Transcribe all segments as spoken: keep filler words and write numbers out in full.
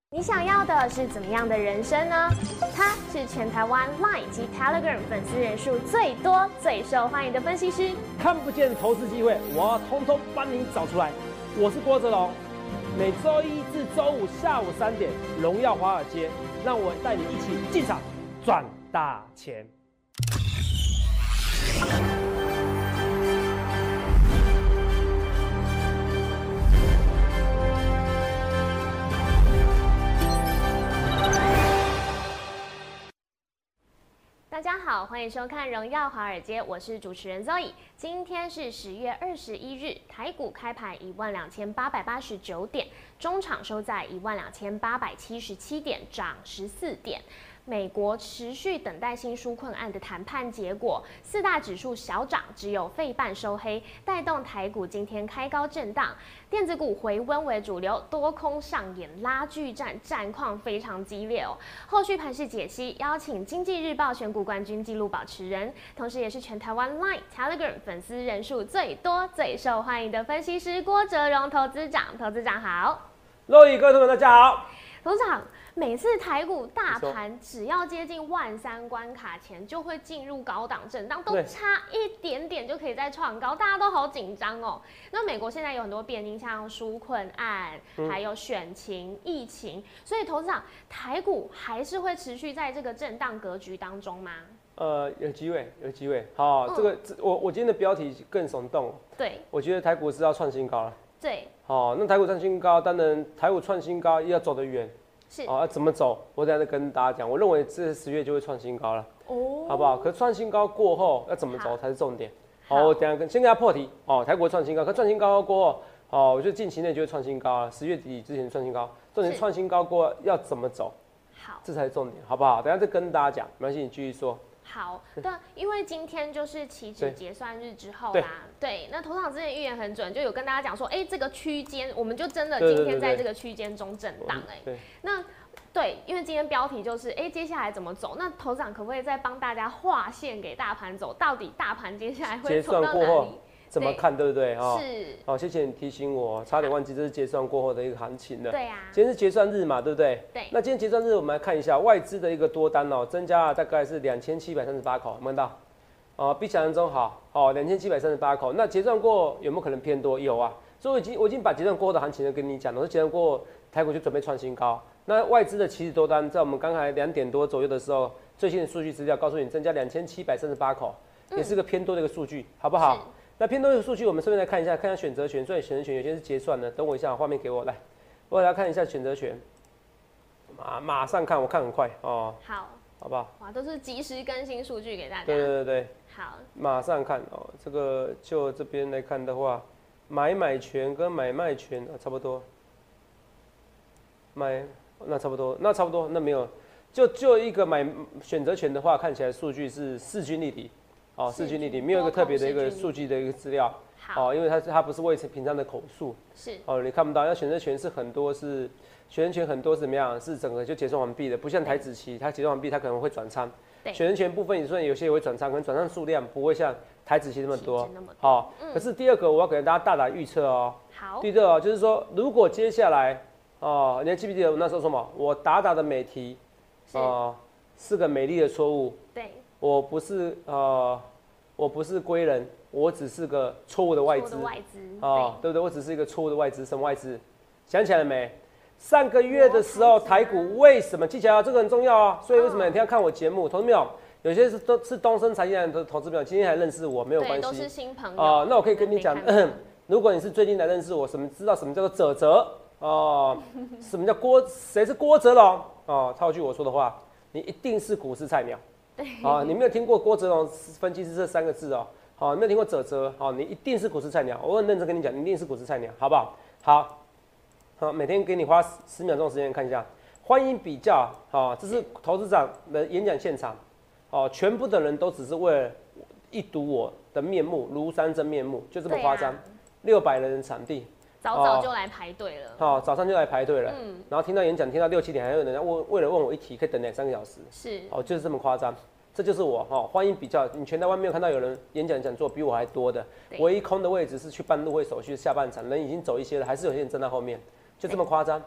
你想要的是怎么样的人生呢？他是全台湾 Line 及 Telegram 粉丝人数最多、最受欢迎的分析师。 看不见投资机会，我要通通帮你找出来。我是郭哲龙，每周一至周五下午三点，荣耀华尔街，让我带你一起进场赚大钱。 大家好，欢迎收看《荣耀华尔街》，我是主持人 Zoe。今天是十月二十一日，台股开盘一万两千八百八十九点，中场收在一万两千八百七十七点，涨十四点。美国持续等待新纾困案的谈判结果，四大指数小涨，只有费半收黑，带动台股今天开高震荡。电子股回温为主流，多空上演拉锯战，战况非常激烈哦。后续盘势解析，邀请经济日报选股冠军纪录保持人，同时也是全台湾 Line、Telegram 粉丝人数最多、最受欢迎的分析师郭哲荣投资长。投资长好， 各位各位同学大家好。 投资长，每次台股大盘只要接近万三关卡前，就会进入高档震荡，都差一点点就可以再创高，大家都好紧张哦。那美国现在有很多变因，像纾困案，还有选情、疫情，所以投资长，台股还是会持续在这个震荡格局当中吗？ 呃，有机会，有机会。好，嗯、这个我我今天的标题更耸动。 对， 我觉得台股是要创新高了。 对， 好，那台股创新高，当然台股创新高要走得远。 是啊，要怎么走？我等一下再跟大家讲。我认为这十月就会创新高了，哦，好不好？可创新高过后要怎么走才是重点。好，我等一下跟先跟大家破题。哦，台股创新高，可创新高过后，哦，我觉得近期内就会创新高了。十月底之前创新高，重点创新高过后要怎么走？ 好， 这才是重点，好不好？等一下再跟大家讲，没关系，你继续说。 好的，因为今天就是期指结算日之后啦，对，那头场之前预言很准，就有跟大家讲说，哎、欸，这个区间，我们就真的今天在这个区间中震荡，哎，那对，因为今天标题就是，哎、欸，接下来怎么走？那头长可不可以再帮大家画线给大盘走？到底大盘接下来会走到哪里？ 怎么看，对不对？哈， 是。 好，谢谢你提醒我，差点忘记这是结算过后的一个行情了。 对啊。 今天是结算日嘛，对不对？ 对。 那今天结算日，我们来看一下外资的一个多单哦，增加了大概是两千七百三十八口，有没有看到？哦，比想象中好，哦，两千七百三十八口。那结算过有没有可能偏多？有啊。所以我已经我已经把结算过后的行情都跟你讲了，我说结算过后台股就准备创新高。那外资的期指多单在我们刚才两点多左右的时候，最新的数据资料告诉你增加两千七百三十八口，也是个偏多的一个数据，好不好？那偏多的数据，我们顺便来看一下，看一下选择权。所以选择权有些是结算的，等我一下，画面给我来，我给大家看一下选择权。马马上看，我看很快哦。 好， 好不好？ 哇，都是即时更新数据给大家。 对对对。 好， 马上看哦。这个就这边来看的话，买买权跟买卖权啊差不多。买那差不多，那差不多，那没有，就就一个买选择权的话，看起来数据是势均力敌。哦，势均力敌，没有一个特别的一个数据的一个资料，哦，因为它它不是为平常的口述， 是哦， 你看不到。要选择权是很多是选择权很多是怎么样？是整个就结算完毕的，不像台指期，它结算完毕它可能会转仓。选择权部分也算有些也会转仓，可能转仓数量不会像台指期那么多。好，嗯、可是第二个我要给大家大胆预测哦。 好， 第二哦，就是说如果接下来哦，你还记不记得我那时候说什么？我打打的美题，哦，是个美丽的错误。 对。 我不是呃，我不是归人，我只是个错误的外资。 外资哦，对不对？我只是一个错误的外资，什么外资？想起来了没？上个月的时候，台股为什么记起来？这个很重要啊！所以为什么你一定要看我节目？投资没有？有些是都是东升财经的投资朋友，今天还认识我，没有关系。 都是新朋友哦、呃。那我可以跟你讲，如果你是最近来认识我，什么知道什么叫做哲哲哦？什么叫郭？谁是郭哲龙？哦，套句我说的话，你一定是股市菜鸟。啊，你没有听过郭哲龙分析师这三个字哦，好，你没有听过哲哲，好，你一定是股市菜鸟，我很认真跟你讲，你一定是股市菜鸟，好不好？好，好，每天给你花十秒钟时间看一下，欢迎比较，好，这是投资长的演讲现场，哦，全部的人都只是为了一睹我的面目，庐山真面目，就这么夸张，六百人的场地。 早早就来排队了， 好、哦，早上就来排队了，嗯，然后听到演讲，听到六七点，还有人家问，为了问我一题，可以等两三个小时， 是， 哦，就是这么夸张，这就是我，哈、哦，欢迎比较，你全台湾没有看到有人演讲讲座比我还多的，唯一空的位置是去办入会手续下半场，人已经走一些了，还是有些人站在后面，就这么夸张，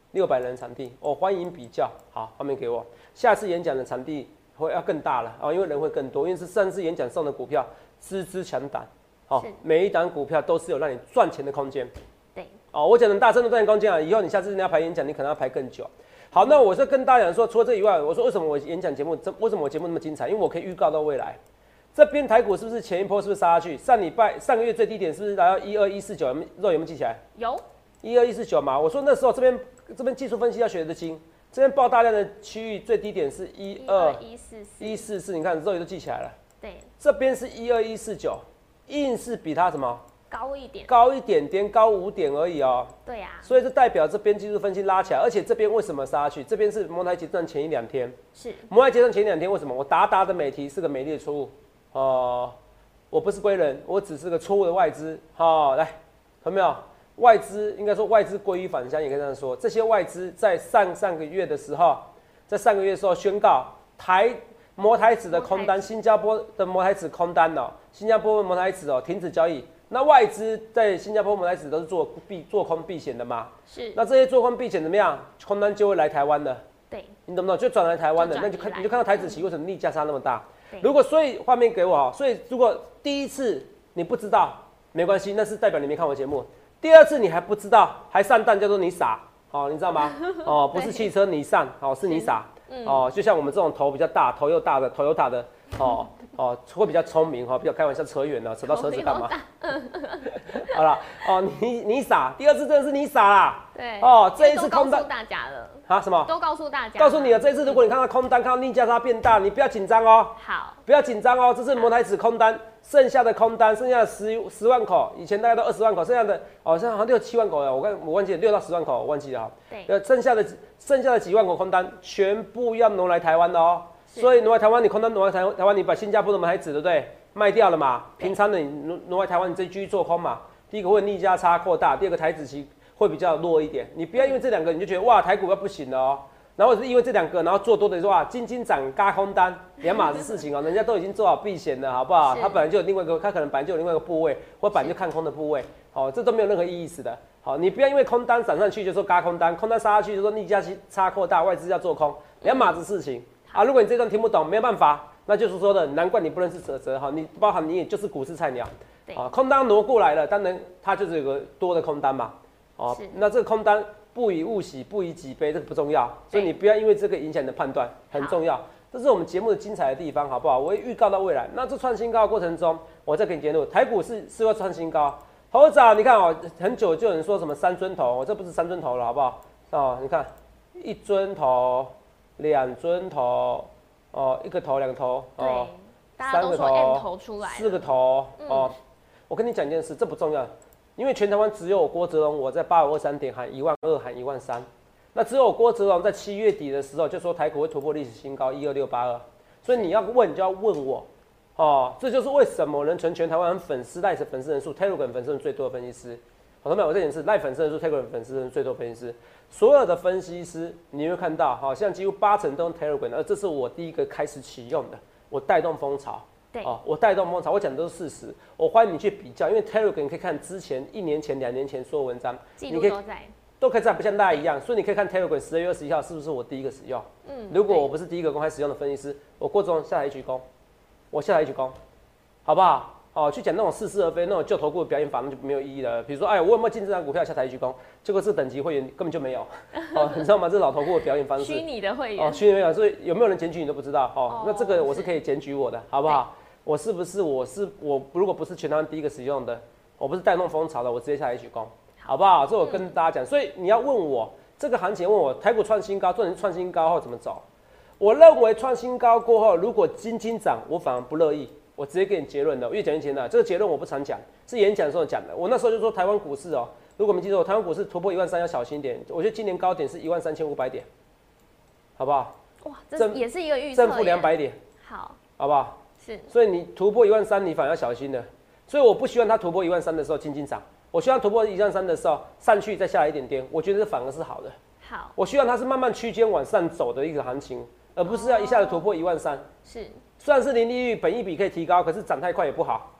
六百人场地，我、哦、欢迎比较。好，画面给我。下次演讲的场地会要更大了啊、哦，因为人会更多，因为是上次演讲送的股票支支强胆，好、哦，每一档股票都是有让你赚钱的空间。 对， 哦，我讲的大声的赚钱空间啊，以后你下次你要排演讲，你可能要排更久。好，那我是跟大家讲说，除了这以外，我说为什么我演讲节目，为什么我节目那么精彩？因为我可以预告到未来。这边台股是不是前一波是不是杀下去？上礼拜上个月最低点是不是来到一二一四九？肉有没有记起来？ 有， 一二一四九嘛。我说那时候这边这边技术分析要学得精，这边爆大量的区域最低点是一二一四四，你看肉也都记起来了。 对， 这边是一二一四九，硬是比它什么？ 高一点， 高一点点，高五点而已哦。 对呀、啊， 所以这代表这边技术分析拉起来，而且这边为什么杀下去？这边是摩台结算前一两天， 是摩台结算前一两天为什么？我达达的美题是个美丽的错误哦、呃，我不是归人，我只是个错误的外资。好、哦，来，有没有？外资应该说外资归于返乡，也可以这样说。这些外资在上上个月的时候，在上个月的时候宣告台摩台指的空单，新加坡的摩台指空单哦，新加坡的摩台指哦停止交易。那外资在新加坡摩台指都是做避做空避险的嘛？ 是。 那这些做空避险怎么样？空单就会来台湾的。 对。你懂不懂？就转来台湾的，那你就看你就看到台指期为什么逆价差那么大？如果所以画面给我，所以如果第一次你不知道没关系，那是代表你没看我节目。第二次你还不知道还上当，叫做你傻，哦，你知道吗？哦，不是汽车你上，哦，是你傻。嗯、哦，就像我们这种头比较大、头又大的 Toyota 的，哦哦，会比较聪明哈，比较开玩笑扯远了，扯到车子干嘛？好了，哦，你你傻，第二次真的是你傻啦。 对， 哦，这一次空单都告诉大家了啊？什么？ 都告诉大家， 告诉你了，这一次如果你看到空单，看到逆价差变大，你不要紧张哦。 好， 不要紧张哦，这是摩台指空单，剩下的空单，剩下的十十万口，以前大概都二十万口，剩下的哦，现在好像六七万口了，我看我忘记了，六到十万口，我忘记了哈。 对， 剩下的剩下的几万口空单，全部要挪来台湾的哦。所以挪来台湾，你空单挪来台台湾，你把新加坡的摩台指对不对？卖掉了嘛，平仓的你挪挪来台湾，你再继续做空嘛。第一个会逆价差扩大，第二个台指期会比较弱一点。你不要因为这两个你就觉得哇台股要不行了哦。然后是因为这两个，然后做多的说啊，金金涨嘎空单，两码子事情哦，人家都已经做好避险了，好不好？他本来就有另外一个，他可能本来就有另外一个部位，或本来就看空的部位，好、哦，这都没有任何意思的。好，你不要因为空单涨上去就说嘎空单，空单杀下去就说逆价差扩大，外资要做空，两码子事情、嗯、啊。如果你这段听不懂，没有办法，那就是说的，难怪你不认识哲哲哈，你包含你也就是股市菜鸟，啊，空单挪过来了，当然它就是有个多的空单嘛，哦，那这个空单。不以物喜，不以己悲，这个不重要，所以你不要因为这个影响你的判断，很重要。这是我们节目的精彩的地方，好不好？我会预告到未来。那这创新高的过程中，我再给你揭露，台股是是要创新高。猴子啊，你看哦，很久就有人说什么三尊头，这不是三尊头了，好不好？哦，你看一尊头，两尊头，哦，一个头，两个头，哦， 三个头， 四个头，哦，我跟你讲一件事，这不重要。因为全台湾只有我郭哲荣，我在八五二三点喊一万二，喊一万三，那只有我郭哲荣在七月底的时候就说台股会突破历史新高一二六八二，所以你要问就要问我，哦，这就是为什么能成全台湾粉丝赖粉丝人数 Telegram 粉丝人最多的分析师，好，同学们，我这点是赖粉丝人数 Telegram 粉丝人最多的分析师，所有的分析师你会看到，好像几乎八成都用 Telegram， 而这是我第一个开始启用的，我带动风潮。哦，我带动风潮，我讲的都是事实。我欢迎你去比较，因为 Telegram 你可以看之前一年前、两年前所有文章， 记录都在， 都可以在，不像大家一样。所以你可以看 Telegram 十二月二十一号是不是我第一个使用？嗯，如果我不是第一个公开使用的分析师，我郭总下台一鞠躬，我下台一鞠躬，好不好？哦，去讲那种似是而非、那种旧投顾的表演法，那就没有意义了。比如说，哎，我有没有进这张股票下台一鞠躬？结果是等级会员根本就没有，哦，你知道吗？这是老投顾的表演方式， 虚拟的会员， 哦，虚拟会员，所以有没有人检举你都不知道，哦，哦那这个我是可以检举我的，好不好？我是不是我是我如果不是全台湾第一个使用的，我不是带动风潮的，我直接下来一鞠躬，好不好？这我跟大家讲，所以你要问我这个行情，问我台股创新高，重点是创新高后怎么走？我认为创新高过后，如果金金涨，我反而不乐意。我直接给你结论的，越讲越简单。这个结论我不常讲，是演讲的时候讲的。我那时候就说台湾股市哦，如果我们记住，台湾股市突破一万三要小心一点。我觉得今年高点是一万三千五百点，好不好？ 哇，这也是一个预测， 正负两百点， 好， 好不好？ 是， 所以你突破一万三，你反而要小心的。所以我不希望它突破一万三的时候轻轻涨，我希望突破一万三的时候上去再下来一点点，我觉得这反而是好的。 好， 我希望它是慢慢区间往上走的一个行情，而不是要一下子突破一万三。 是， 虽然是零利率，本益比可以提高，可是涨太快也不好。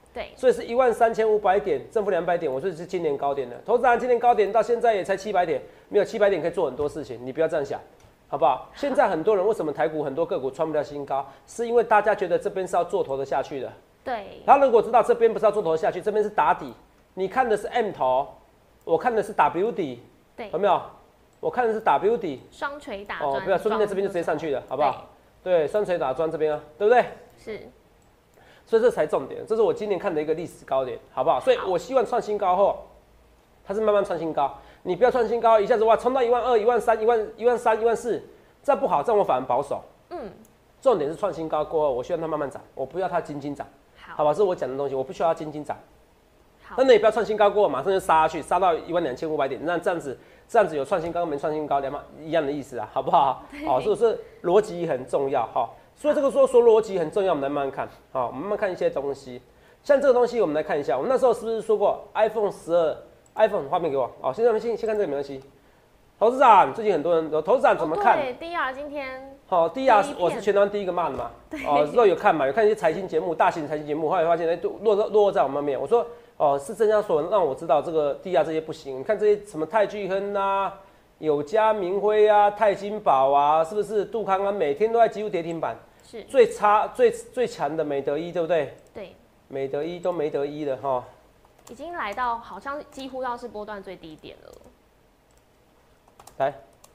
对， 所以是一万三千五百点，正负两百点，我说是今年高点的。投资人今年高点到现在也才七百点，没有七百点可以做很多事情，你不要这样想，好不好？现在很多人为什么台股很多个股创不了新高，是因为大家觉得这边是要做头的下去的。 对， 他如果知道这边不是要做头的下去，这边是打底，你看的是 M 头，我看的是 W 底， 对， 有没有？我看的是 W 底， 双锤打砖， 哦，不要，说不定在这边就直接上去了，好不好？对，双锤打砖这边啊，对不对？ 是。 所以这才重点，这是我今年看的一个历史高点，好不好？所以我希望创新高后，它是慢慢创新高，你不要创新高，一下子哇冲到一万二、一万三、一万、一万三、一万四，这样不好，这样我反而保守。嗯，重点是创新高过后，我希望它慢慢涨，我不要它斤斤涨，好吧？这是我讲的东西，我不需要它斤斤涨。好，那你也不要创新高过后马上就杀下去，杀到一万两千五百点，那这样子这样子有创新高跟没创新高两码一样的意思啊，好不好？好，所以是逻辑很重要哈。所以这个说说逻辑很重要，我们来慢慢看，好，我们慢慢看一些东西。像这个东西，我们来看一下，我们那时候是不是说过 iPhone 十二 ，iPhone 画面给我，好，现在我们先先看这个没关系。投资长最近很多人，投资长怎么看？ 对 ，D R 今天， 好 ，D R 我是全台湾第一个骂的嘛，哦，知道有看嘛，有看一些财经节目，大型财经节目，后来发现哎，落落落在我们面前。我说哦，是证交所让我知道这个 D R 这些不行，你看这些什么泰聚亨啊。友家、明辉啊、泰金宝啊，是不是杜康啊？每天都在几乎跌停板， 是最差、最最强的美德一，对不对？ 对， 美德一都没得一了哈， 已经来到好像几乎要是波段最低点了。 来，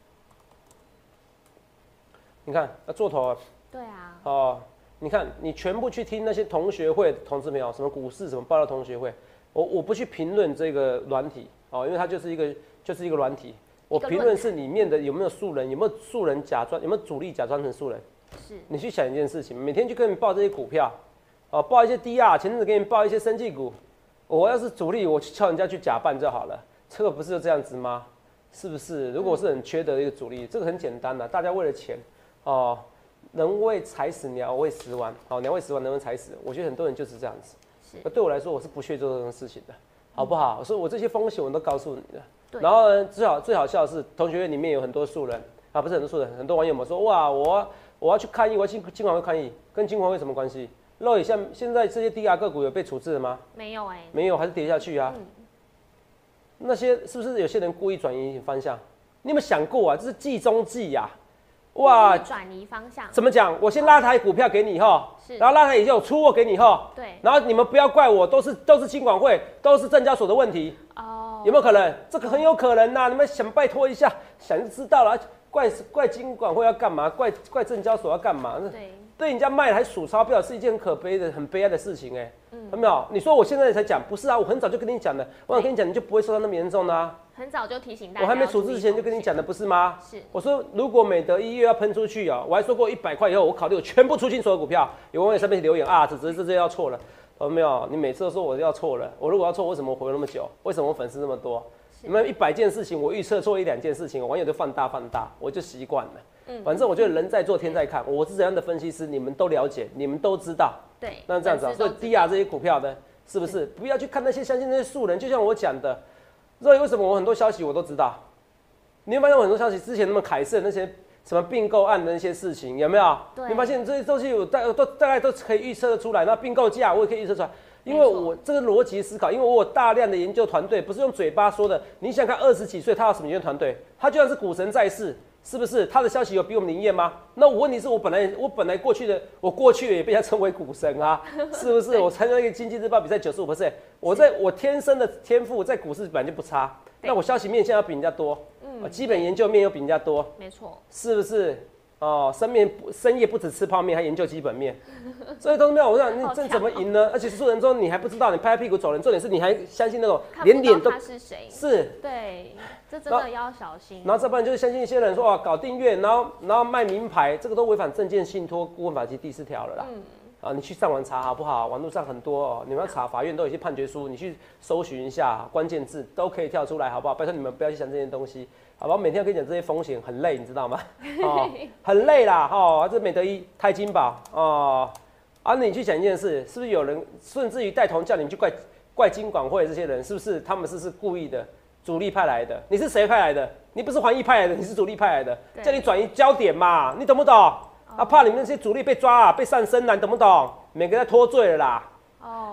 你看要做头啊。 对啊。 哦，你看你全部去听那些同学会的同志朋友，什么股市什么爆料同学会，我我不去评论这个软体哦，因为它就是一个就是一个软体。我评论是里面的有没有素人，有没有素人假装，有没有主力假装成素人。 是。你去想一件事情，每天去跟你报这些股票，哦，报一些 D R， 前阵子给你报一些生技股，我要是主力，我去叫人家去假扮就好了。这个不是就这样子吗？是不是？如果我是很缺德的一个主力，这个很简单的、啊，大家为了钱，哦，人为财死，鸟为食亡。好，鸟为食亡，人为财死。我觉得很多人就是这样子。是。对我来说，我是不屑做这种事情的，好不好？所以我这些风险我都告诉你了。然后呢，最好最好笑的是，同学院里面有很多素人啊，不是很多素人，很多网友们说，哇，我我要去抗议，我要去金管会抗议，跟金管会什么关系？肉眼像现在这些低压个股有被处置了吗？ 没有哎、欸， 没有，还是跌下去啊。嗯、那些是不是有些人故意转移方向？你有没有想过啊？这是计中计呀！ 哇，转移方向。 怎么讲？我先拉抬股票给你哈，然后拉抬以后出货给你哈， 对， 然后你们不要怪我，都是都是金管会，都是证交所的问题。哦，有没有可能？这个很有可能呐、啊，你们想拜托一下，想就知道了。怪怪金管会要干嘛？怪怪证交所要干嘛？对，对人家卖了还数钞票，是一件很可悲的、很悲哀的事情哎、欸。嗯，有没有？你说我现在才讲，不是啊？我很早就跟你讲的，我想跟你讲，你就不会受到那么严重的啊。 很早就提醒大家， 我还没处置之前就跟你讲的，不是吗？ 是， 我说如果美德一月要喷出去啊，我还说过一百块以后，我考虑我全部出清所有股票。有网友上面留言啊，这这这这要错了，有没有？你每次都说我要错了，我如果要错，为什么我活那么久？为什么我粉丝那么多？你们一百件事情，我预测错一两件事情，网友就放大放大，我就习惯了。嗯，反正我觉得人在做天在看，我是怎样的分析师，你们都了解，你们都知道。对，那这样子啊，所以低压这些股票呢，是不是不要去看那些相信那些素人？就像我讲的，所以为什么我很多消息我都知道？你会发现我很多消息之前那么凯盛那些什么并购案的那些事情有没有？你发现这些东西我大都大概都可以预测得出来，那并购价我也可以预测出来。因为我这个逻辑思考，因为我有大量的研究团队，不是用嘴巴说的。你想看二十几岁他有什么研究团队？他就算是股神在世，是不是？他的消息有比我们灵验吗？那我问题是我本来我本来过去的我过去也被他称为股神啊，是不是？我参加一个经济日报比赛九十五 percent， 我在我天生的天赋在股市本来就不差，那我消息面现在要比人家多，嗯，基本研究面又比人家多， 没错， 是不是？哦，深面深夜不只吃泡面，还研究基本面，所以都是没有。我想你这怎么赢呢？而且说人中你还不知道，你拍屁股走人。重点是你还相信那种连脸都他是谁？ 是， 对，这真的要小心。 然后再不然就是相信一些人说啊，搞订阅，然后然后卖名牌，这个都违反证券信托顾问法及第四条了啦。嗯。啊，你去上网查好不好？网络上很多哦，你们要查法院都有一些判决书，你去搜寻一下关键字都可以跳出来，好不好？拜托你们不要去想这些东西。好吧，我每天要跟你讲这些风险很累，你知道吗？哦，很累啦，哦，这美德一、泰金宝哦，啊，你去想一件事，是不是有人甚至于带头叫你去怪怪金管会这些人，是不是他们是是故意的，主力派来的？你是谁派来的？你不是环艺派来的，你是主力派来的，叫你转移焦点嘛，你懂不懂？啊，怕你们那些主力被抓啊，被上身了，你懂不懂？每个人在脱罪了啦。哦。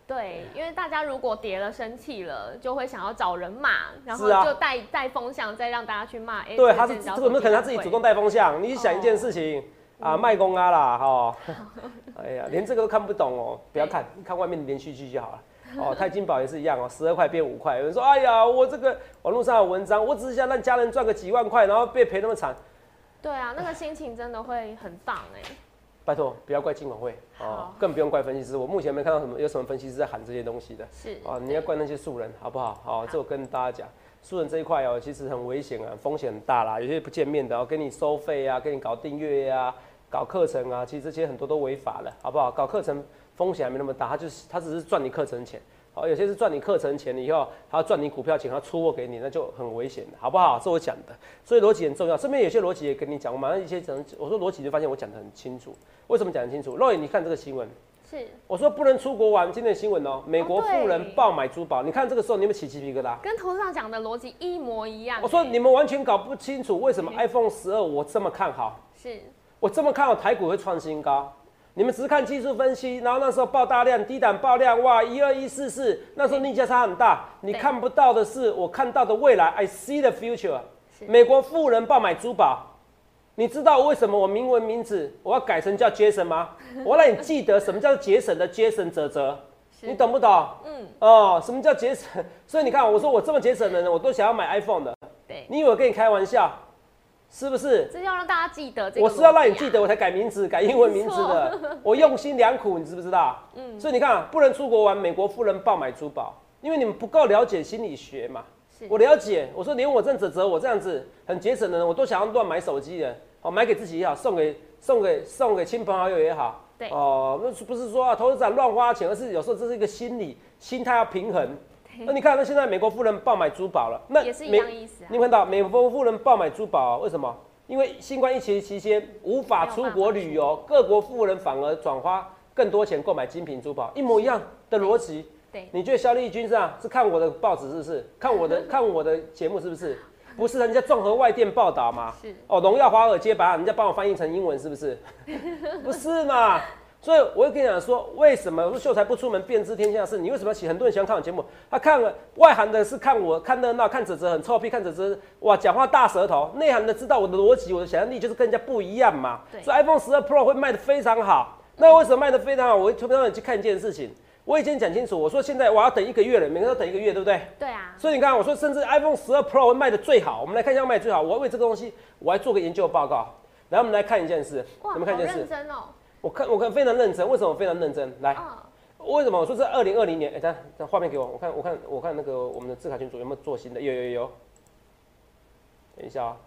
对，因为大家如果跌了生气了，就会想要找人骂，然后就带带风向，再让大家去骂。哎， 对，他是这个有没有可能他自己主动带风向？你想一件事情。啊，卖公啊啦，哈、哦，哎呀，连这个都看不懂哦，不要看，看外面的连续剧就好了。哦，钛金宝也是一样哦，十二块变五块。有人说，哎呀，我这个网络上有文章，我只是想让家人赚个几万块，然后被赔那么惨。 对啊，那个心情真的会很荡哎。 拜托，不要怪金管会哦，更不用怪分析师。我目前没看到什么有什么分析师在喊这些东西的。 是哦，你要怪那些素人，好不好？好，这我跟大家讲。素人这一块哦，其实很危险啊，风险很大啦。有些不见面的哦，给你收费啊，给你搞订阅啊，搞课程啊，其实这些很多都违法了，好不好？搞课程风险还没那么大，他就是他只是赚你课程钱。好，有些是赚你课程钱以后，他要赚你股票钱，他出货给你，那就很危险的，好不好？这我讲的，所以逻辑很重要。这边有些逻辑也跟你讲，我马上一些讲，我说逻辑就发现我讲得很清楚。为什么讲得清楚？肉眼你看这个新闻。 是， 我说不能出国玩，今天的新闻哦，美国富人爆买珠宝，你看这个时候你有没有起鸡皮疙瘩？ 跟头上讲的逻辑一模一样。 我说你们完全搞不清楚为什么 iPhone 十二我这么看好， 是我这么看好台股会创新高。你们只是看技术分析，然后那时候爆大量，低档爆量，哇，一二一四四，那时候逆价差很大。你看不到的是我看到的未来 ，I see the future。美国富人爆买珠宝。你知道为什么我名文名字我要改成叫 Jason 吗？我要让你记得什么叫节省的节省哲哲，你懂不懂？嗯，哦，什么叫节省？所以你看，我说我这么节省的人，我都想要买 iPhone 的。对，你以为我跟你开玩笑？是不是？ 这要让大家记得这个、啊。 我是要让你记得，我才改名字，改英文名字的。我用心良苦，你知不知道？嗯。所以你看，不能出国玩，美国富人爆买珠宝，因为你们不够了解心理学嘛。我了解，我说连我这样哲哲，我这样子很节省的人，我都想要乱买手机的。哦，买给自己也好，送给送给送给亲朋好友也好，对哦，那不是说啊，投资者乱花钱，而是有时候这是一个心理心态要平衡。那你看，那现在美国富人爆买珠宝了，那也是一样意思啊。 你看到美国富人爆买珠宝、啊，为什么？因为新冠疫情期间无法出国旅游，各国富人反而转花更多钱购买精品珠宝，一模一样的逻辑。对，你觉得肖丽君是啊？是看我的报纸是不是？看我的看我的节目是不是？不是人家综合外电报道嘛？是哦，荣耀华尔街把人家帮我翻译成英文，是不是？不是嘛？所以我会跟你讲说，为什么我说秀才不出门便知天下事？你为什么要起？很多人喜欢看我节目，他看了外行的是看我看热闹，看哲哲很臭屁，看哲哲哇讲话大舌头；内行的知道我的逻辑，我的想象力就是跟人家不一样嘛。所以 iPhone 十二 Pro 会卖得非常好。那为什么卖得非常好？我会特别让你去看一件事情。我已经讲清楚，我说现在我要等一个月了，每个人都等一个月，对不对？对啊。所以你看，我说甚至 iPhone 十二 Pro 会卖的最好，我们来看一下卖最好。我要为这个东西，我还做个研究报告。来，我们来看一件事。哇，你们看一件事。好认真哦。我看，我看非常认真。为什么我非常认真？来，哦、为什么我说这二零二零年？哎、欸，等等画面给我，我看，我看，我看那个我们的字卡群组有没有做新的？有有有有。等一下啊、喔。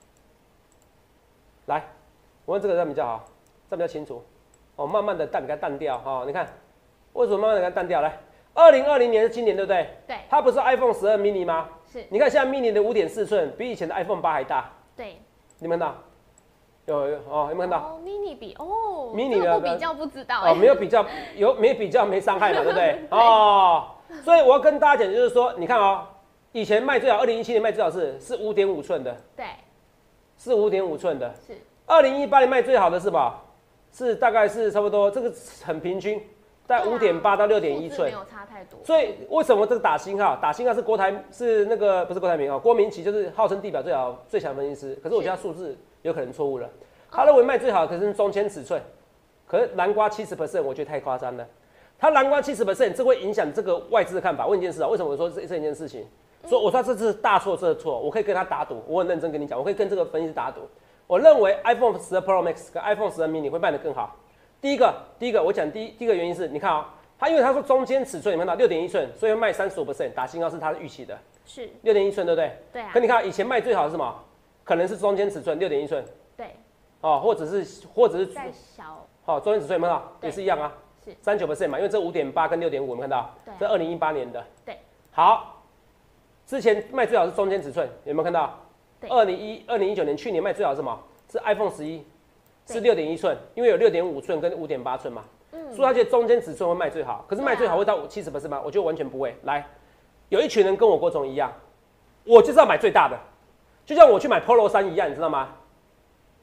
来，我问这个这样比较好，这样比较清楚。哦，慢慢的淡，给它淡掉哈、喔。你看。为什么慢慢的给它淡掉？来，二零二零年是今年，对不对？对。它不是 iPhone 十二 mini 吗？是。你看现在 mini 的五点四寸比以前的 iPhone 八还大。对。你们看到？有有哦，有没有看到？哦 ，mini 比哦 ，mini 不比较不知道哦，没有比较，有没比较没伤害嘛，对不对？哦，所以我要跟大家讲，就是说，你看哦，以前卖最好，二零一七年卖最好是是五点五寸的。对。是五点五寸的。是。二零一八年卖最好的是吧？是大概是差不多，这个很平均。在五点八到六点一寸，没有差太多。所以为什么这个打星号？打星号是国台是那个不是郭台铭啊，郭明錤就是号称地表最好最强分析师。可是我觉得他数字有可能错误了，他认为卖最好可是中间尺寸，可是南瓜七十 percent 我觉得太夸张了。他南瓜七十 percent 这会影响这个外资的看法。问一件事啊，为什么我说这这一件事情？说我说这是大错特错，我可以跟他打赌，我很认真跟你讲，我可以跟这个分析师打赌。我认为 iPhone 十二 Pro Max 跟 iPhone 十二 mini 会卖得更好。第一个，第一个，我讲第一第一个原因是，你看啊、喔，它因为他说中间尺寸，你看到六点一寸，所以会卖三十五 percent， 打新高是他的预期的，是六点一寸，对不对？对啊。可你看以前卖最好是什么？可能是中间尺寸六点一寸，对，哦，或者是或者是再小，好、哦，中间尺寸有没有看到？也是一样啊，是三九 percent 嘛，因为这五点八跟六点五，我们看到，对、啊，这二零一八年的，对，好，之前卖最好是中间尺寸，有没有看到？对，二零一二零一九年去年卖最好是什么？是 iPhone 十一。是六点一寸，因为有六点五寸跟五点八寸嘛，嗯，所以它觉得中间尺寸会卖最好，可是卖最好会到七十 percent 吗？我觉得完全不会。来，有一群人跟我郭总一样，我就是要买最大的，就像我去买 Polo 衫一样，你知道吗？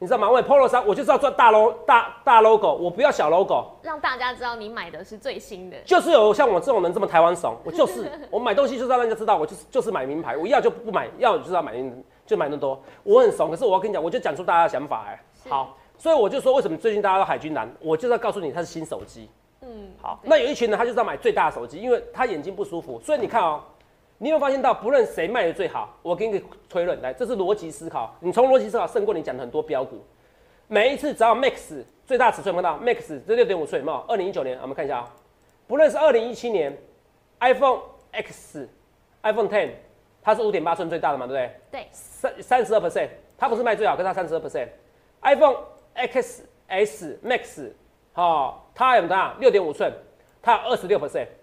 你知道吗？我买 Polo 衫，我就是要赚大 logo 大大 logo， 我不要小 logo， 让大家知道你买的是最新的。 就是有像我这种人这么台湾怂，我就是我买东西就是要让人家知道，我就是就是买名牌，我要就不买，要就是要买就买那么多。我很怂，可是我要跟你讲，我就讲出大家的想法哎、欸。好，所以我就说为什么最近大家都海军蓝，我就是要告诉你它是新手机。嗯，好，那有一群人他就是要买最大的手机，因为他眼睛不舒服，所以你看哦。你有没有发现到，不论谁卖的最好，我给你个推论，来，这是逻辑思考。你从逻辑思考胜过你讲的很多标股。每一次只要 Max 最大尺寸，看到 Max 这六点五寸，有没有？二零一九年，我们看一下啊、喔，不论是二零一七年 iPhone X、iPhone X， 它是五点八寸最大的嘛，对不对？ 对。 三三十二 percent， 它不是卖最好，可是它三十二 percent。iPhone X S Max， 哦，它有多大？六点五寸，它有二十六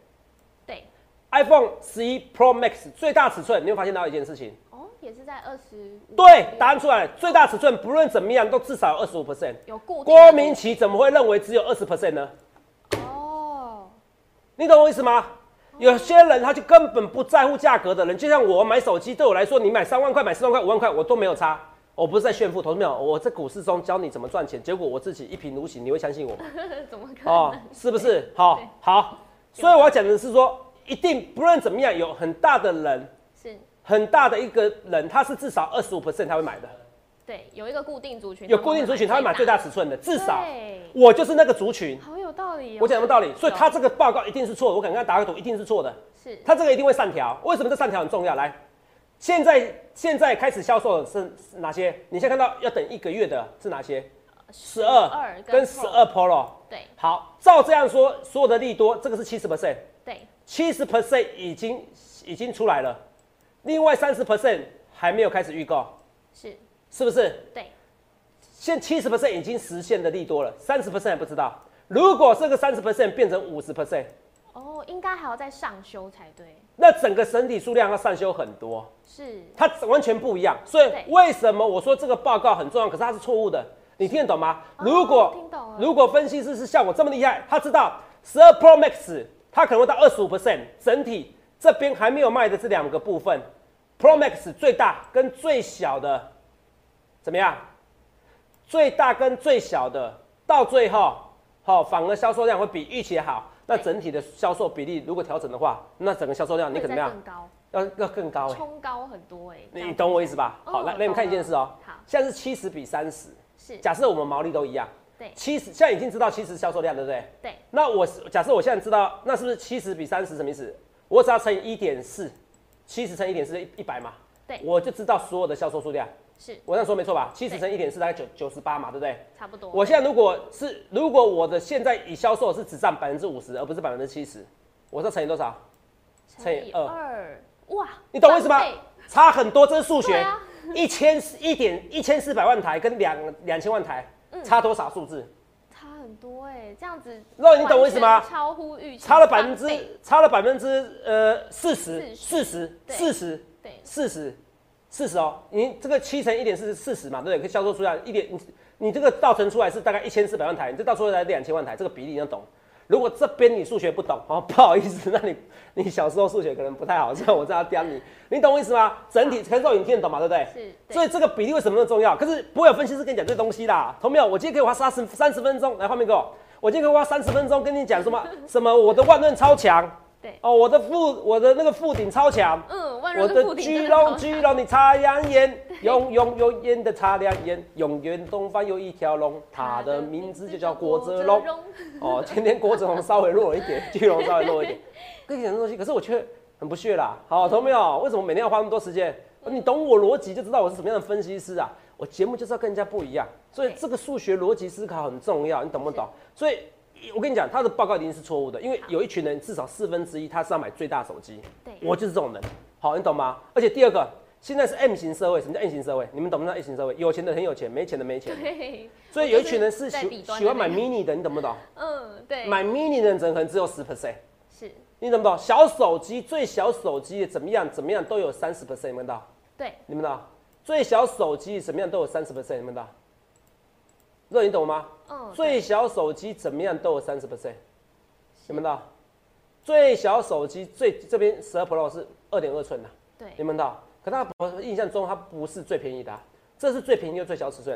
percent。iPhone 十一 Pro Max 最大尺寸，你会发现到一件事情哦，也是在二十。 对，答案出来了，最大尺寸不论怎么样都至少有二十五 percent。 有固定。 郭明錤怎么会认为只有二十 percent 呢？哦，你懂我意思吗？有些人他就根本不在乎价格的人，就像我买手机，对我来说，你买三万块、买四万块、五万块，我都没有差。我不是在炫富，投资没有，我在股市中教你怎么赚钱，结果我自己一贫如洗，你会相信我吗？ 怎么可能？ 哦，是不是？好，好，所以我要讲的是说。一定不论怎么样，有很大的人，是很大的一个人，他是至少二十五 percent 他会买的。 对，有一个固定族群， 有固定族群，他会买最大尺寸的，至少我就是那个族群。 好有道理、哦。 我讲什么道理？所以他这个报告一定是错的，我敢跟他打个赌，一定是错的。是，他这个一定会上调。为什么这上调很重要？来，现在现在开始销售的是哪些？你现在看到要等一个月的是哪些？十二跟十二 Pro。对，好，照这样说，所有的利多，这个是七十 percent。对。七十 percent 已经已经出来了，另外三十 percent 还没有开始预告，是是不是？对，现七十 percent 已经实现的利多了，三十 percent 还不知道。如果这个三十 percent 变成五十 percent， 哦，应该还要再上修才对。 那整个整体数量要上修很多，是它完全不一样。所以为什么我说这个报告很重要？可是它是错误的，你听得懂吗？哦、如果听懂了，如果分析师是像我这么厉害，他知道十二 Pro Max。它可能会到二十五 percent， 整体这边还没有卖的这两个部分 ，Pro Max 最大跟最小的怎么样？最大跟最小的到最后，好、哦，反而销售量会比预期好。那整体的销售比例如果调整的话，那整个销售量你可能怎么样？ 更高， 要要更高、欸， 冲高很多哎、欸。 你懂我意思吧？哦、好，来，那你们看一件事哦、喔。好，现在是七十比三十，是假设我们毛利都一样。对，七十现在已经知道七十销售量，对不对？对。那我假设我现在知道，那是不是七十比三十什么意思？我只要乘以一点四，七十乘一点四一百嘛。对。我就知道所有的销售数量。是。我这样说没错吧？七十乘一点四大概九九十八嘛，对不对？差不多。我现在如果是如果我的现在以销售是只占百分之五十，而不是百分之七十，我是乘以多少？ 乘以二。二。哇！ 你懂我意思吗？差很多，这是数学。一千一点一千四百万台跟两两千万台。差多少数字？ 差很多哎、欸，这样子。 肉，你懂我意思吗？ 超乎预期， 差了百分之，差了百分之呃四十，四十，四十，对，四十，四十哦。你这个七乘一点四是四十嘛，对不对？可以销售出来一点，你你这个倒乘出来是大概一千四百万台，你这倒出来两千万台，这个比例你要懂。如果这边你数学不懂，哦，不好意思，那你你小时候数学可能不太好，所以我这样刁你，你懂我意思吗？整体，可是肉你听得懂嘛，对不对？是。所以这个比例为什么那么重要？可是不会有分析师跟你讲这东西啦，同没有？我今天可以花三十三十分钟来画面给我，我今天可以花三十分钟跟你讲什么什么我的万润超强。对哦，我的腹我的那个腹顶超强，嗯，我的巨龙巨龙你擦亮眼，永永永远的擦亮眼，永远东方有一条龙，它的名字就叫郭哲龙。哦，今天郭哲龙稍微弱一点，巨龙稍微弱一点，跟你讲这东西，可是我却很不屑啦。好，懂没有？为什么每天要花那么多时间？你懂我逻辑就知道我是什么样的分析师啊。我节目就是要跟人家不一样，所以这个数学逻辑思考很重要，你懂不懂？所以。我跟你讲，他的报告一定是错误的，因为有一群人至少四分之一他是要买最大手机，对，我就是这种人，好，你懂吗？而且第二个，现在是 M 型社会，什么叫 M 型社会？你们懂不懂 M 型社会？有钱的很有钱，没钱的没钱，对，所以有一群人是喜喜欢买 mini 的，你懂不懂？嗯，对，买 mini 的人可能只有十 percent， 是，你懂不懂？小手机最小手机怎么样怎么样都有三十 percent， 你们知道？对，你们知道？最小手机怎么样都有三十 percent， 你们知道？肉，你懂吗？嗯，最小手机怎么样都有三十 percent， 你们知道？最小手机最这边十二 Pro 是二点二寸的，对，你们知道？可它我印象中它不是最便宜的、啊，这是最便宜又最小尺寸。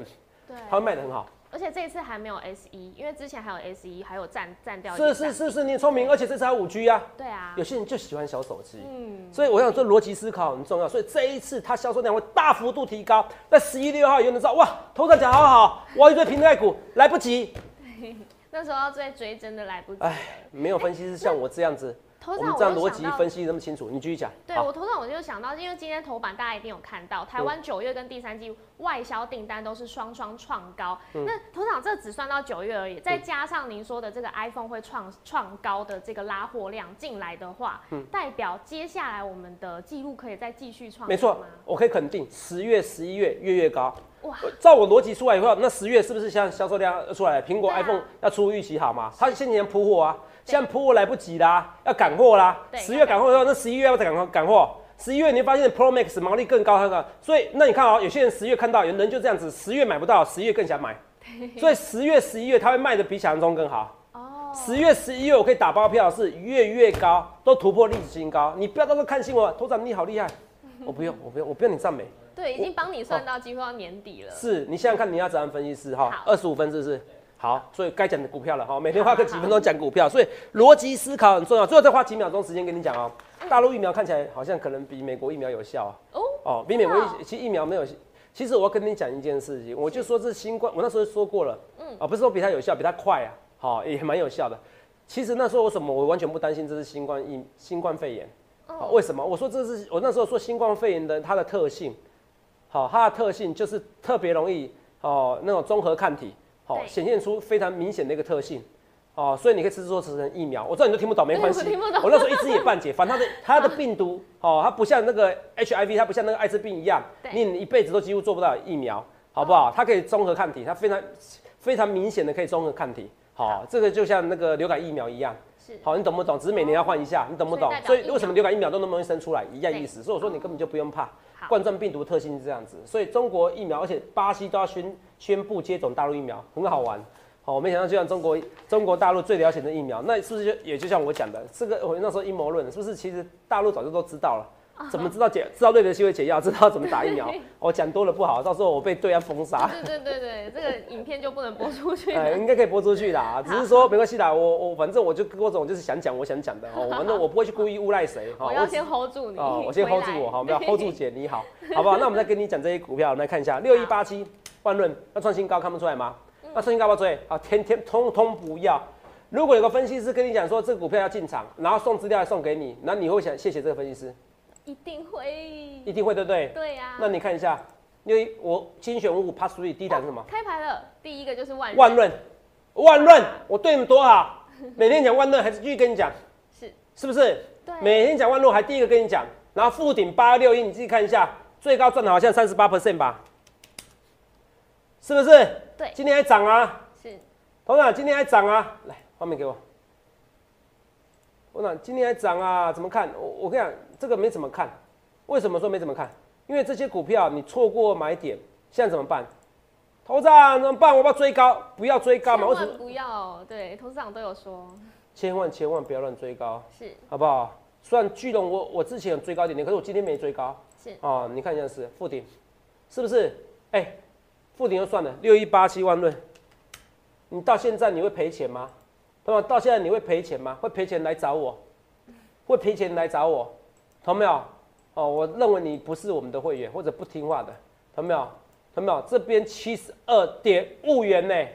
对， 它会卖得很好。 而且这一次还没有 S 一，因为之前还有 S 一，还有占占掉。 是是是是，你聪明，而且这次还有五 G 啊。 对啊。 有些人就喜欢小手机， 嗯， 所以我想这逻辑思考很重要。所以这一次它销售量会大幅度提高。在十一月六号，有人知道哇，头上讲好好，我要一堆瓶盖股，来不及。 对，那时候要追追真的来不及。 哎，没有分析师像我这样子。我们这样逻辑分析那么清楚，你继续讲。 对我头上我就想到，因为今天头版大家一定有看到，台湾九月跟第三季外销订单都是双双创高。嗯、那头长这只算到九月而已，再加上您说的这个 iPhone 会创创高的这个拉货量进来的话，嗯、代表接下来我们的记录可以再继续创高吗？ 没错，我可以肯定，十月、十一月月月高。哇！照我逻辑出来以后，那十月是不是像销售量出来？苹果 iPhone 要出预期好嘛？它先前铺货啊。现在铺货来不及啦，要赶货啦。十月赶货的话，那十一月要再赶赶货。十一月你会发现 Pro Max 毛利更高，很高。所以那你看哦，有些人十月看到，有人就这样子，十月买不到，十一月更想买。所以十月、十一月它会卖的比想象中更好。哦。十月、十一月我可以打包票，是月月高，都突破历史新高。你不要到时候看新闻，头长你好厉害，我不用，我不用，我不用你赞美。 对，已经帮你算到几乎要年底了。 是你想想看，你要怎样分析师哈？二十五分是不是？好，所以该讲的股票了哈，每天花个几分钟讲股票，所以逻辑思考很重要。最后再花几秒钟时间跟你讲哦，大陆疫苗看起来好像可能比美国疫苗有效啊。哦哦，比美国疫其实疫苗没有。其实我要跟你讲一件事情，我就说这新冠，我那时候说过了，嗯，啊不是说比它有效，比它快啊，好也蛮有效的。其实那时候为什么我完全不担心这是新冠疫新冠肺炎？哦，为什么？我说这是我那时候说新冠肺炎的它的特性，好，它的特性就是特别容易哦那种综合抗体。好，显现出非常明显的一个特性，哦，所以你可以吃说吃成疫苗。我知道你都听不懂，没关系。我听不懂。我那时候一知也半解，反正它的它的病毒，哦，它不像那个 H I V， 它不像那个艾滋病一样，你一辈子都几乎做不到疫苗，好不好？它可以综合抗体，它非常非常明显的可以综合抗体。好，这个就像那个流感疫苗一样。是。好，你懂不懂？只是每年要换一下，你懂不懂？所以为什么流感疫苗都那么容易生出来，一样意思。所以我说你根本就不用怕。冠状病毒特性是这样子，所以中国疫苗，而且巴西都要宣宣布接种大陆疫苗，很好玩。好，我没想到就像中国中国大陆最了解的疫苗，那是不是就也就像我讲的，这个我那时候阴谋论，是不是其实大陆早就都知道了？怎么知道解知道瑞德西韦解药，知道怎么打疫苗？我讲多了不好，到时候我被对岸封杀。 对对对对，这个影片就不能播出去。 哎，应该可以播出去啦，只是说没关系啦，我我反正我就各种就是想讲我想讲的哦，反正我不会去故意诬赖谁。 我要先 hold 住你。 哦，我先 hold 住我，好，我们要 hold 住姐你好，好不好？那我们再跟你讲这些股票，我们来看一下六一八七万润要创新高，看不出来吗？那创新高要不要追？好，天天通通不要。如果有个分析师跟你讲说这个股票要进场，然后送资料还送给你，那你会想谢谢这个分析师？ 一定会， 一定会，对不对？ 对呀、啊。 那你看一下，因为我精选五五 Pass Three 第一档是什么？ 开牌了，第一个就是万万润，万润，我对你们多好，每天讲万润，还是继续跟你讲，是是不是？对，每天讲万润，还第一个跟你讲，然后富鼎八二六一，你自己看一下，最高赚的好像三十八 percent 吧，是不是？ 对， 今天还涨啊， 是， 董事长今天还涨啊，来，画面给我。我讲今天还涨啊，怎么看？我我跟你讲，这个没怎么看。为什么说没怎么看？因为这些股票你错过买点，现在怎么办？头长怎么办？我要不要追高？不要追高嘛？为什么不要？对，董事长都有说， 千万千万不要乱追高， 是好不好？虽然巨龙我我之前有追高一点点，可是我今天没追高， 是哦，你看一下是富鼎，是不是？哎、欸，富鼎就算了，六一八七万润，你到现在你会赔钱吗？对吧？到现在你会赔钱吗？会赔钱来找我，会赔钱来找我，懂没有？哦，我认为你不是我们的会员或者不听话的，懂没有？懂没有？这边七十二点五元呢，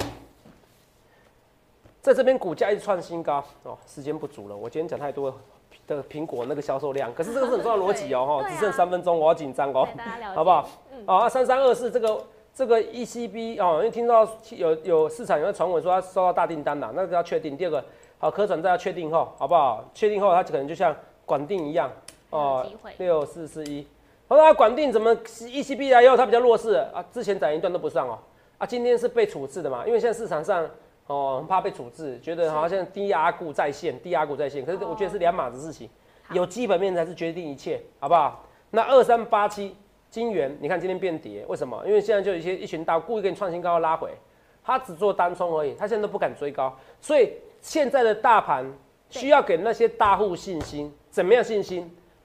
在这边股价一直创新高哦。时间不足了，我今天讲太多的苹果那个销售量，可是这个是很重要的逻辑哦，只剩三分钟，我好紧张哦，好不好？嗯、哦，三三二四这个。这个 E C B 哦，因为听到有有市场有在传闻说他收到大订单了，那个要确定。第二个，好，可转债要确定后，好不好？确定后，它可能就像管定一样哦，六四四一。好，那管定怎么 E C B 来以后它比较弱势啊？之前涨一段都不上哦，啊，今天是被处置的嘛？因为现在市场上哦很怕被处置，觉得好像低压股在线，低压股在线。可是我觉得是两码子事情，有基本面才是决定一切，好不好？那二三八七。金元，你看今天变跌，为什么？因为现在就有一些一群大故意给你创新高拉回，他只做单冲而已，他现在都不敢追高，所以现在的大盘需要给那些大户信心，怎么样信心？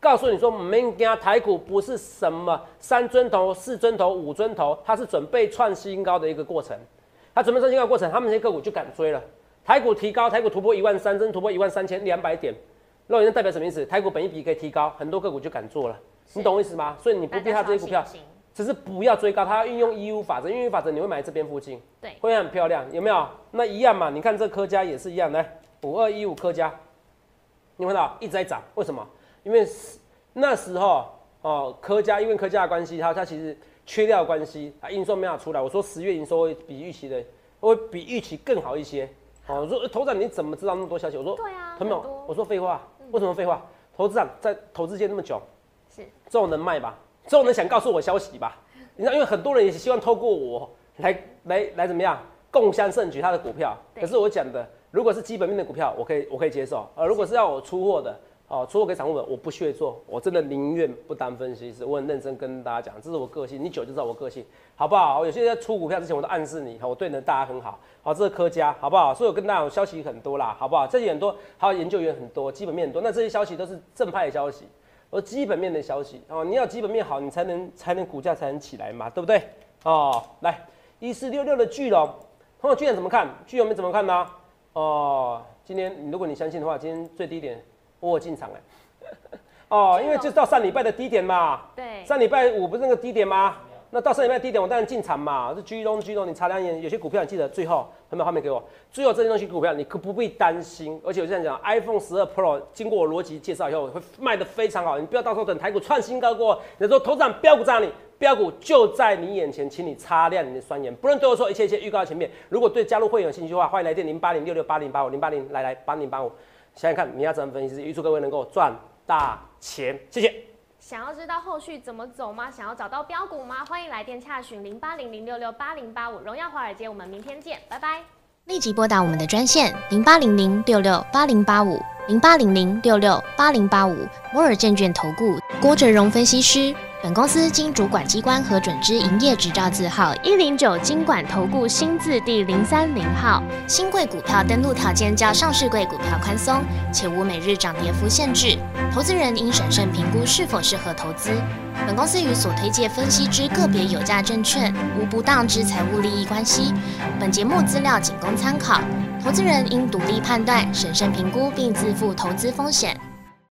告诉你说，免惊台股不是什么三尊头、四尊头、五尊头，它是准备创新高的一个过程。它准备创新高的过程，他们这些个股就敢追了。台股提高，台股突破一万三，真突破一万三千两百点，那那代表什么意思？台股本益比可以提高，很多个股就敢做了，你懂我意思吗？所以你不必它这些股票，只是不要追高，它要运用一五法则，因为法则你会买这边附近， 对， 会很漂亮，有没有？那一样嘛，你看这科家也是一样的，五二一五科家，你看到一直在涨，为什么？因为那时候哦，科家因为科家的关系，它它其实缺料的关系，啊，营收没有出来。我说十月营收会比预期的，会比预期更好一些。哦，我说头长你怎么知道那么多消息？我说对啊， 同没有？我说废话，为什么废话？投资长在投资界那么久， 是这种人脉吧，这种人想告诉我消息吧？你知道，因为很多人也希望透过我来来来怎么样共襄盛举他的股票。可是我讲的，如果是基本面的股票，我可以我可以接受。呃，如果是要我出货的。哦，出货给散户的，我不屑做，我真的宁愿不当分析师。我很认真跟大家讲，这是我个性，你久就知道我个性，好不好？有些在出股票之前，我都暗示你，我对呢大家很好。好，这是科家，好不好？所以我跟大家有消息很多啦，好不好？这些很多，还有研究员很多，基本面很多。那这些消息都是正派的消息，而基本面的消息哦，你要基本面好，你才能才能股价才能起来嘛，对不对？哦，来一四六六的巨龙，朋友巨龙怎么看？巨龙你怎么看呢？哦，今天如果你相信的话，今天最低点。我有进场哎、欸，哦，因为就到上礼拜的低点嘛， 对， 上礼拜五不是那个低点吗？那到上礼拜的低点，我当然进场嘛。这居东居东，你查两眼，有些股票你记得最后有没有画面给我？最后这些东西股票你可不必担心，而且我这样讲 ，iPhone 十二 Pro 经过我逻辑介绍以后会卖得非常好，你不要到时候等台股创新高过后，你说头涨标股在哪里？标股就在你眼前，请你擦亮你的双眼，不论对我说一切一切预告在前面。如果对加入会员有兴趣的话，欢迎来电零八零六六八零八五零八零来来八零八五。想想看，你要怎么分析？预祝各位能够赚大钱，谢谢。 想要知道后续怎么走吗？想要找到标股吗？欢迎来电洽询零八零零六六八零八五。荣耀华尔街，我们明天见，拜拜。 立即拨打我们的专线零八零零六六八零八五零八零零六六八零八五摩尔证券投顾郭哲荣分析师。本公司经主管机关核准之营业执照字号一零九金管投顾新字第零三零号。 新贵股票登录条件较上市贵股票宽松，且无每日涨跌幅限制。投资人应审慎评估是否适合投资。本公司与所推介分析之个别有价证券无不当之财务利益关系。本节目资料仅供参考，投资人应独立判断、审慎评估并自负投资风险。